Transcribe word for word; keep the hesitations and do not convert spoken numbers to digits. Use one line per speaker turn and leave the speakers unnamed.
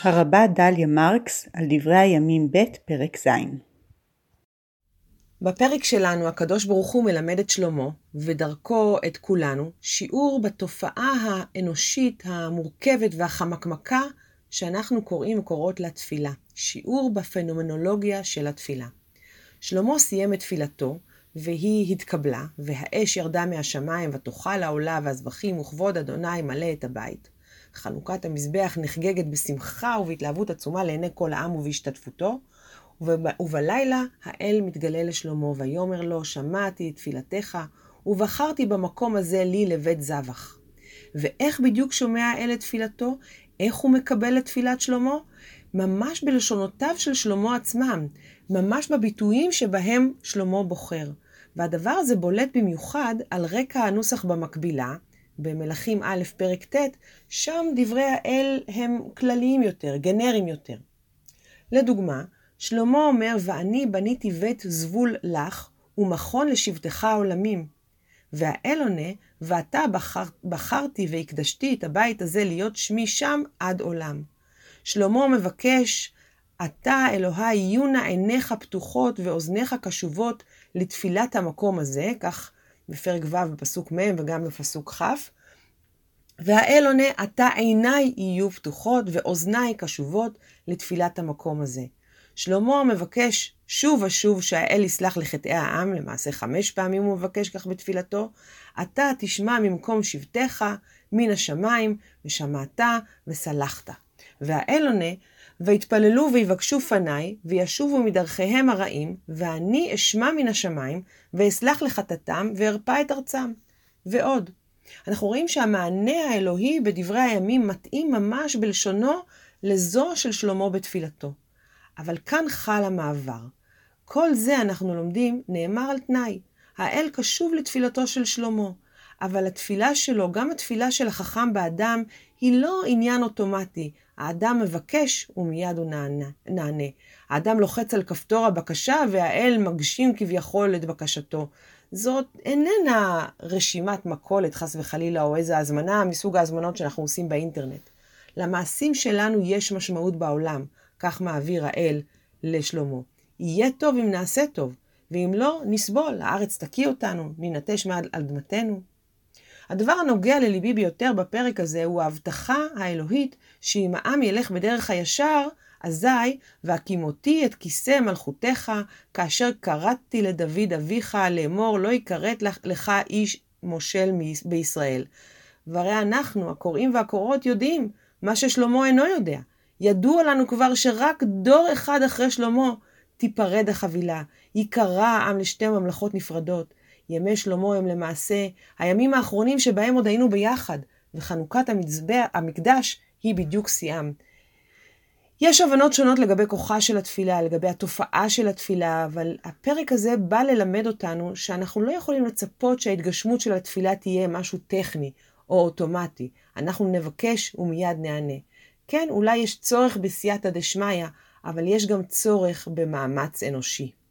הרבה דליה מרקס על דברי הימים ב' פרק ז'.
בפרק שלנו הקדוש ברוך הוא מלמד את שלמה ודרכו את כולנו שיעור בתופעה האנושית המורכבת והחמקמקה שאנחנו קוראים וקוראות לה תפילה. שיעור בפנומנולוגיה של התפילה. שלמה סיים את תפילתו והיא התקבלה, והאש ירדה מהשמיים ותאכל העולה והזבחים וכבוד אדוני מלא את הבית. חנוכת המזבח נחגגת בשמחה ובהתלהבות עצומה לעיני כל העם ובהשתתפותו, ובלילה האל מתגלה לשלמה ויאמר לו, שמעתי את תפילתך ובחרתי במקום הזה לי לבית זבח. ואיך בדיוק שומע האל את תפילתו? איך הוא מקבל את תפילת שלמה? ממש בלשונותיו של שלמה עצמם, ממש בביטויים שבהם שלמה בוחר. והדבר הזה בולט במיוחד על רקע הנוסח במקבילה, במלכים א' פרק ט', שם דברי האל הם כלליים יותר, גנריים יותר. לדוגמה, שלמה אומר, ואני בניתי בית זבול לך ומכון לשבטך העולמים. והאל עונה, ואתה בחר, בחרתי והקדשתי את הבית הזה להיות שמי שם עד עולם. שלמה מבקש, אתה אלוהי יהיו עיניך פתוחות ואוזניך קשובות לתפילת המקום הזה, כך בפרק ו' בפסוק מ' וגם בפסוק כ', והאל עונה, אתה עיניי יהיו פתוחות ואוזניי קשובות לתפילת המקום הזה. שלמה מבקש שוב ושוב שהאל יסלח לחטאי העם, למעשה חמש פעמים הוא מבקש כך בתפילתו, אתה תשמע ממקום שבטך מן השמיים ושמעת וסלחת. והאל עונה, והתפללו ויבקשו פניי וישובו מדרכיהם הרעים, ואני אשמע מן השמיים ואסלח לחטאתם וארפא את ארצם. ועוד. אנחנו רואים שהמענה האלוהי בדברי הימים מתאים ממש בלשונו לזו של שלמה בתפילתו. אבל כאן חל המעבר. כל זה אנחנו לומדים נאמר על תנאי. האל קשוב לתפילתו של שלמה, אבל התפילה שלו, גם התפילה של החכם באדם, היא לא עניין אוטומטי. האדם מבקש ומיד הוא נענה. נענה. האדם לוחץ על כפתור הבקשה והאל מגשים כביכול את בקשתו. זאת איננה רשימת מכולת חס וחלילה או איזו הזמנה מסוג ההזמנות שאנחנו עושים באינטרנט. למעשים שלנו יש משמעות בעולם, כך מעביר האל לשלמה. יהיה טוב אם נעשה טוב, ואם לא נסבול, הארץ תקיא אותנו, ננטש מעל אדמתנו. הדבר הנוגע לליבי ביותר בפרק הזה הוא ההבטחה האלוהית שאם העם ילך בדרך הישר, אזי והקימותי את כיסא מלכותך, כאשר קראתי לדוד אביך לאמור לא יכרת לך איש מושל בישראל. והרי אנחנו, הקוראים והקוראות, יודעים מה ששלמה אינו יודע. ידוע לנו כבר שרק דור אחד אחרי שלמה תיפרד החבילה, יקרא העם לשתי ממלכות נפרדות. ימי שלמה הם למעשה הימים האחרונים שבהם עוד היינו ביחד, וחנוכת המזבח, המקדש היא בדיוק שיאם. יש הבנות שונות לגבי כוחה של התפילה, לגבי התופעה של התפילה, אבל הפרק הזה בא ללמד אותנו שאנחנו לא יכולים לצפות שההתגשמות של התפילה תהיה משהו טכני או אוטומטי. אנחנו נבקש ומיד נענה. כן, אולי יש צורך בסייעתא דשמיא, אבל יש גם צורך במאמץ אנושי.